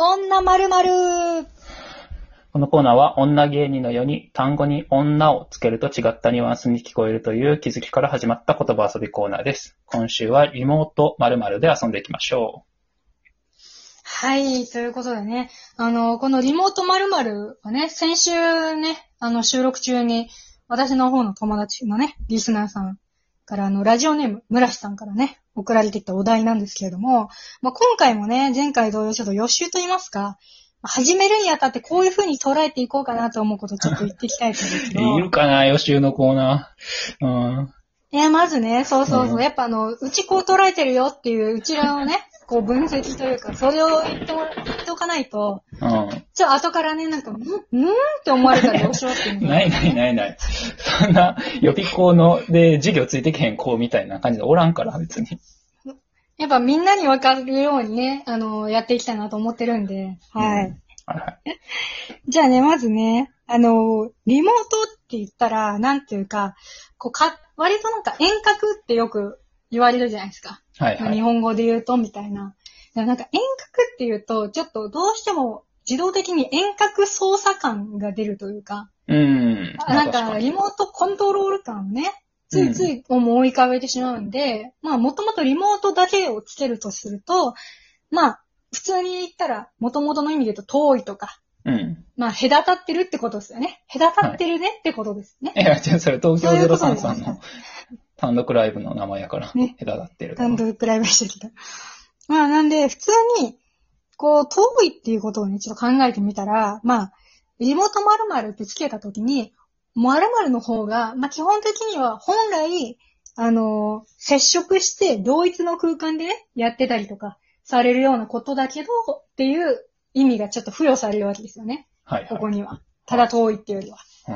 女〇〇。 このコーナーは女芸人のように単語に女をつけると違ったニュアンスに聞こえるという気づきから始まった言葉遊びコーナーです。今週はリモート〇〇で遊んでいきましょはい、ということでね、このリモート〇〇はね、先週ね、収録中に私の方の友達のね、リスナーさんからラジオネーム、村瀬さんからね、送られてきたお題なんですけれども、今回もね、前回同様ちょっと予習と言いますか、始めるにあたってこういう風に捉えていこうかなと思うことをちょっと言っていきたいと思うんですけど。 いるかな予習のコーナー。 まずね、そう。やっぱうちこう捉えてるよっていう、うちらのね、こう分析というか、それを言っておかないと、後からね、なんか、って思われたらどうしようっていうのが。 ない。そんな、予備校で授業ついてけへん子みたいな感じでおらんから、別に。 やっぱみんなにわかるようにね、やっていきたいなと思ってるんで、はい。じゃあね、まずね、リモートって言ったら、なんていうか、割となんか遠隔ってよく言われるじゃないですか。 はい。 日本語で言うとみたいな。なんか遠隔って言うと、ちょっとどうしても自動的に遠隔操作感が出るというか。なんかリモートコントロール感をね、ついつい思い浮かべてしまうんで、もともとリモートだけをつけるとすると、普通に言ったら、もともとの意味で言うと遠いとか。隔たってるってことですよね。隔たってるねってことですね。 いや、それ東京033の単独ライブの名前やから、ね、隔たってる。 単独ライブしてきた。なんで、普通に、遠いっていうことをね、ちょっと考えてみたら、リモート〇〇ってつけたときに、〇〇の方が、基本的には本来、接触して同一の空間でね、やってたりとか、されるようなことだけど、っていう意味がちょっと付与されるわけですよね。ここには。ただ遠いっていうより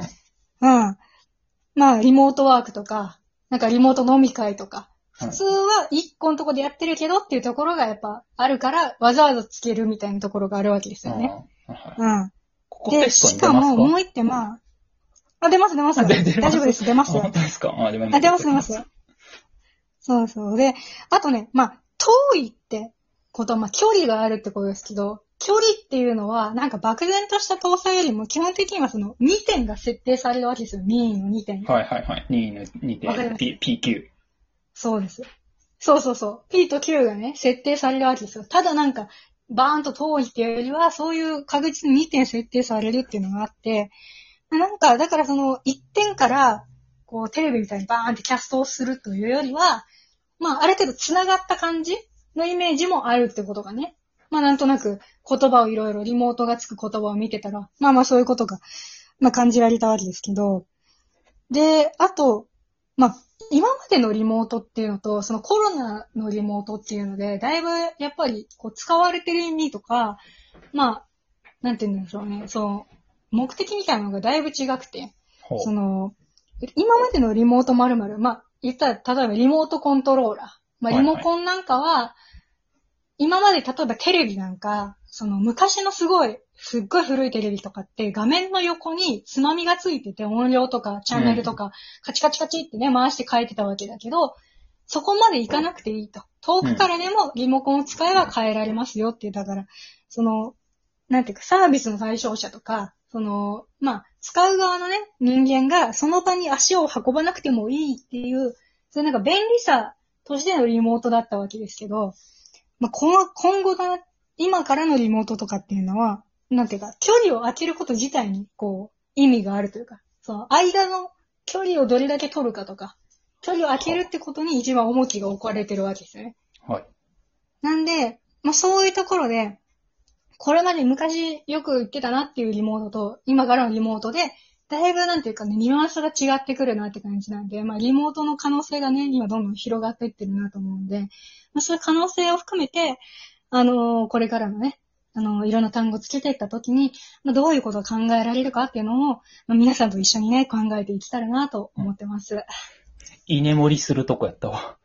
は。リモートワークとか、なんかリモート飲み会とか、普通は一個のとこでやってるけどっていうところがやっぱあるから、わざわざつけるみたいなところがあるわけですよね。 ここテストに出ますか？ で、しかももう一点出ます。大丈夫です。出ますよ。 本当ですか？出ます。そう。で、あとね、遠いってことは、距離があるってことですけど、距離っていうのは、なんか漠然とした遠さよりも、基本的にはその2点が設定されるわけですよ。任意の2点。 はい。任意の2点。PQ。 そうです。そう。P と Q がね、設定されるわけですよ。ただなんか、バーンと遠いっていうよりは、そういう確実に2点設定されるっていうのがあって、なんか、だからその1点から、テレビみたいにバーンってキャストをするというよりは、ある程度繋がった感じのイメージもあるってことがね。なんとなく言葉をいろいろリモートがつく言葉を見てたら、そういうことが、感じられたわけですけど。で、あと、今までのリモートっていうのと、そのコロナのリモートっていうので、だいぶやっぱり使われてる意味とか、なんて言うんでしょうね、目的みたいなのがだいぶ違くて、今までのリモート〇〇、言ったら、例えばリモートコントローラー。リモコンなんかは、今まで例えばテレビなんか、昔のすっごい古いテレビとかって画面の横につまみがついてて音量とかチャンネルとかカチカチってね回して変えてたわけだけど、そこまでいかなくていいと。遠くからでもリモコンを使えば変えられますよっていう、だから、なんていうかサービスの対象者とか、使う側のね、人間がその場に足を運ばなくてもいいっていう、そういうなんか便利さとしてのリモートだったわけですけど、今後今からのリモートとかっていうのは、なんていうか、距離を空けること自体に、意味があるというか、間の距離をどれだけ取るかとか、距離を空けるってことに一番重きが置かれてるわけですよね。 はい。 なんで、そういうところで、これまで昔よく言ってたなっていうリモートと、今からのリモートで、だいぶなんていうかね、ニュアンスが違ってくるなって感じなんで、リモートの可能性がね、今どんどん広がっていってるなと思うんで、そういう可能性を含めて、これからのね、いろんな単語をつけていったときに、どういうことを考えられるかっていうのを、皆さんと一緒にね、考えていけたらなと思ってます。 居眠りするとこやったわ。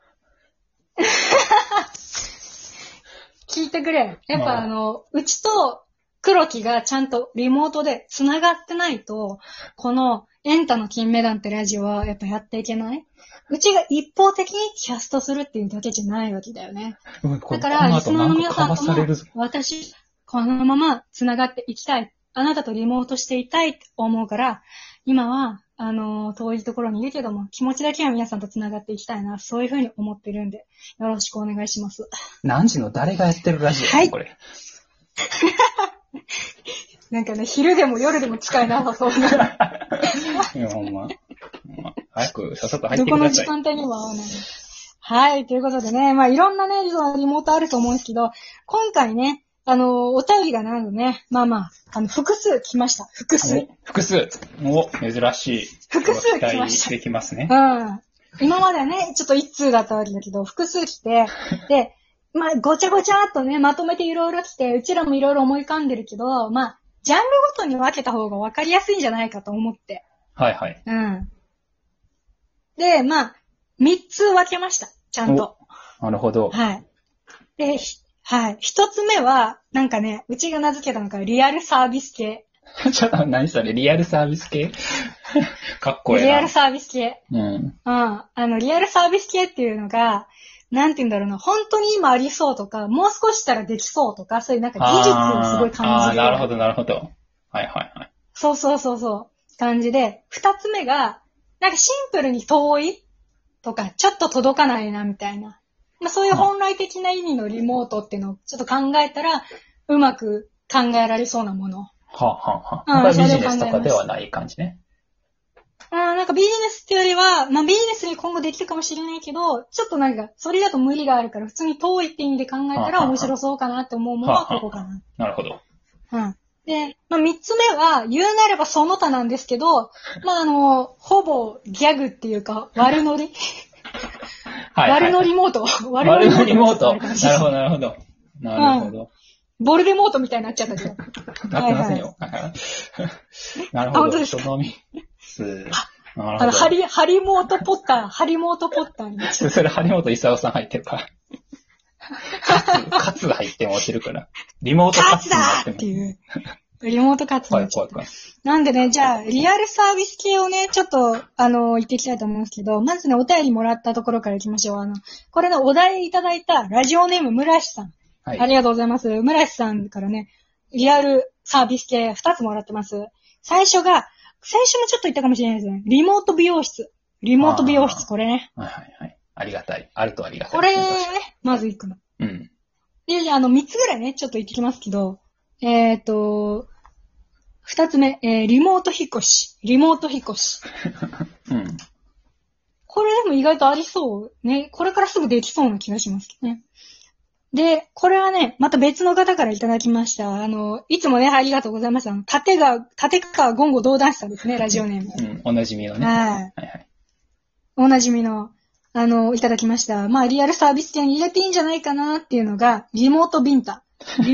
聞いてくれ。やっぱうちと黒木がちゃんとリモートで繋がってないと、このエンタの金メダルってラジオはやっぱやっていけない？うちが一方的にキャストするっていうだけじゃないわけだよね。だから、リスナーの皆さんとも、 このまま繋がっていきたい。あなたとリモートしていたいって思うから、今は、遠いところにいるけども、気持ちだけは皆さんと繋がっていきたいな、そういうふうに思ってるんで、よろしくお願いします。 何時の誰がやってるラジオ、 はい、 これ。 なんかね、昼でも夜でも近いな、そうな。 いや、ほんま。早く、さっさと入ってください。 どこの時間帯にも合わない。はい、ということでね、まあいろんなね、リモートあると思うんですけど、今回ね、お便りがなんとね、複数来ました。複数。 お、珍しい。 複数来ました。 期待できますね。 うん。今まではね、ちょっと一通だったわけだけど、複数来て、で、まあ、ごちゃごちゃっとね、まとめていろいろ来て、うちらもいろいろ思い浮かんでるけど、まあ、ジャンルごとに分けた方が分かりやすいんじゃないかと思って。 はいはい。 うん。で、まあ、3つ分けました。ちゃんと。 なるほど。 はい。で、はい。1つ目は、なんかね、うちが名付けたのが、リアルサービス系。 ちょっと何それ、リアルサービス系かっこいいな。 リアルサービス系。 うん。 リアルサービス系っていうのが、なんて言うんだろうな、本当に今ありそうとか、もう少ししたらできそうとか、そういうなんか技術をすごい感じる。 なるほど、なるほど。はいはいはい。 そう、感じで、2つ目が、なんかシンプルに遠いとか、ちょっと届かないなみたいな。まあそういう本来的な意味のリモートっていうのをちょっと考えたら、うまく考えられそうなもの。 ビジネスとかではない感じね。 なんかビジネスっていうよりは、まあビジネスに今後できるかもしれないけど、ちょっとなんか、それだと無理があるから、普通に遠いって意味で考えたら面白そうかなって思うものはここかな。 なるほど。 で、まあ三つ目は、言うなればその他なんですけど、まあほぼギャグっていうか、悪ノリ悪ノリモート。 悪ノリモート。なるほど、なるほど。なるほど。 ボルデモートみたいになっちゃったけど。 なってませんよ。なるほど。 本当ですか。 人飲み。 ハリモートポッターになっちゃった。 それ、ハリモートイサオさん入ってるから。カツ入っても落ちるから。リモートカツになってっていう。リモートカツになっちゃった。 怖い。 なんでね、じゃあ、リアルサービス系をね、ちょっと、言っていきたいと思うんですけど、まずね、お便りもらったところから行きましょう。これのお題いただいたラジオネーム村石さん。はい。ありがとうございます。村石さんからね、リアルサービス系2つもらってます。最初もちょっと言ったかもしれないですね。リモート美容室、これね。 はい。ありがたい。あるとありがたい。 これね、まず行くの。 うん。 で、3つぐらいね、ちょっと言ってきますけど、2つ目、リモート引っ越し。 うん。 これでも意外とありそうね。これからすぐできそうな気がしますけどね。で、これはね、また別の方からいただきました。いつもね、ありがとうございます。立川言語道断師さんですね、ラジオネーム。 うん、おなじみのね。 はい。おなじみの、いただきました。まあ、リアルサービス系に入れていいんじゃないかなっていうのが、リモートビンタ。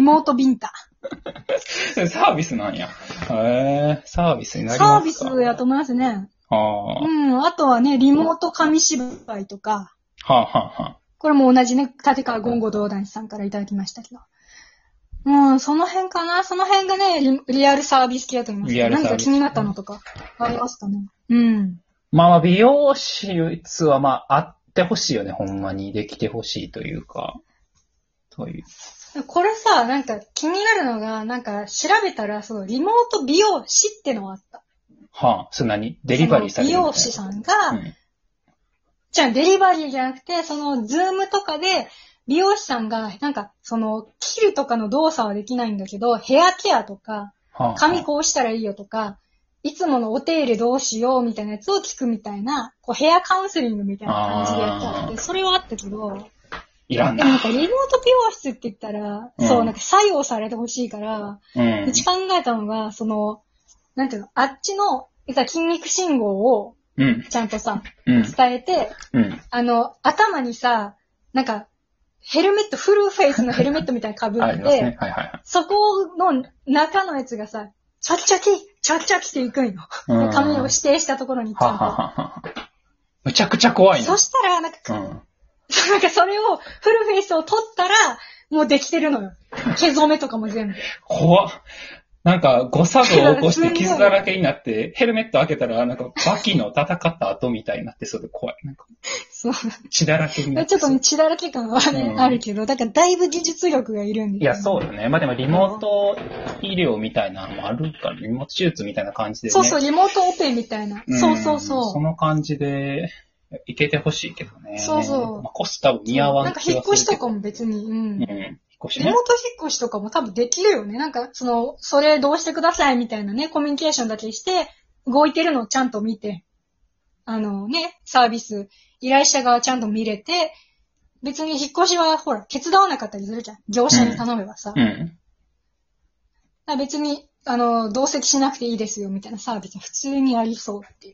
サービスなんや。サービスになりますか。 サービスやと思いますね。あとはね、リモート紙芝居とか。これも同じね、立川言語道断師さんからいただきましたけど。その辺かな。その辺がね、リアルサービス系だと思います。何か気になったのとか、ありますかね。 まあ、美容室はまあ、あってほしいよね。ほんまにできてほしいというか。 これさ、なんか気になるのが、なんか調べたら、リモート美容師ってのがあった。 そんなにデリバリーされる美容師さんが、デリバリーじゃなくて、ズームとかで、美容師さんが、なんか、切るとかの動作はできないんだけど、ヘアケアとか、髪こうしたらいいよとか、いつものお手入れどうしようみたいなやつを聞くみたいな、ヘアカウンセリングみたいな感じでやってあって、それはあったけど、 いらんな。 でもなんかリモート美容室って言ったら、なんか作用されてほしいから、うち考えたのが、なんていうの、あっちの、筋肉信号を、ちゃんとさ、伝えて、頭にさ、なんか、ヘルメット、フルフェイスのヘルメットみたいな被って、そこの中のやつがさ、チャッチャキっていくんよ。髪を指定したところにちゃんと。 むちゃくちゃ怖いね。 そしたら、なんかそれを、フルフェイスを取ったら、もうできてるのよ。毛染めとかも全部。 怖っ。 なんか誤作動を起こして傷だらけになって、ヘルメット開けたら、なんかバキの戦った後みたいになって、それ怖い。なんかそう。 血だらけになって。 ちょっと血だらけ感はね、あるけど、だからだいぶ技術力がいるんで、 いや、そうよね。まあでもリモート医療みたいなのもあるから、リモート手術みたいな感じでね。 そうそう、リモートオペみたいな。そうそうそう。 その感じで、いけてほしいけどね。 そうそう。 まあ、コスト多分見合わんなんか引っ越しとかも別に、 引っ越しね。 リモート引っ越しとかも多分できるよね。なんか、それどうしてくださいみたいなね、コミュニケーションだけして、動いてるのをちゃんと見て、サービス、依頼者側ちゃんと見れて、別に引っ越しは、ほら、手伝わなかったりするじゃん。業者に頼めばさ。別に、同席しなくていいですよ、みたいなサービスは普通にありそうっていう。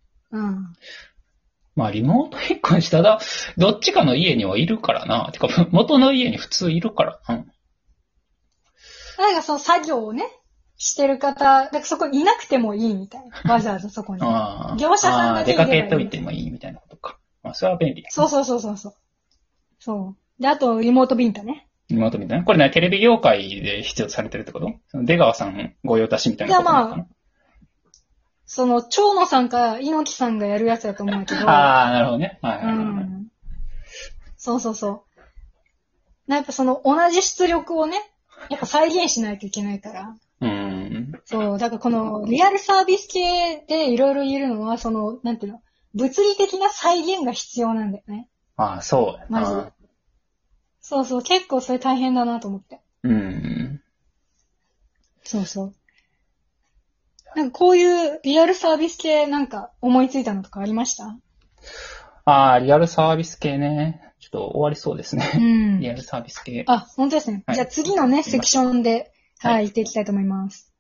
まあ、リモート引っ越したら、どっちかの家にはいるからな。てか、元の家に普通いるからな。 なんかその作業をね、してる方、だからそこいなくてもいいみたいな。わざわざそこに。業者さんだけ出かけといてもいいみたいなことか。まあ、それは便利。 そう。そう。で、あと、リモートビンタね。 リモートビンタね。これね、テレビ業界で必要とされてるってこと？出川さん御用達みたいなことなのかな？いや、まあ、蝶野さんか猪木さんがやるやつだと思うけど。 なるほどね。 そう。やっぱ同じ出力をね、やっぱ再現しないといけないから。そう、だからこのリアルサービス系でいろいろ言えるのは、なんていうの、物理的な再現が必要なんだよね。 そう。 マジで。そう、結構それ大変だなと思って。そう。なんかこういうリアルサービス系なんか思いついたのとかありました？ リアルサービス系ね。ちょっと終わりそうですね。リアルサービス系。 本当ですね。じゃあ次のね、セクションで、行っていきたいと思います。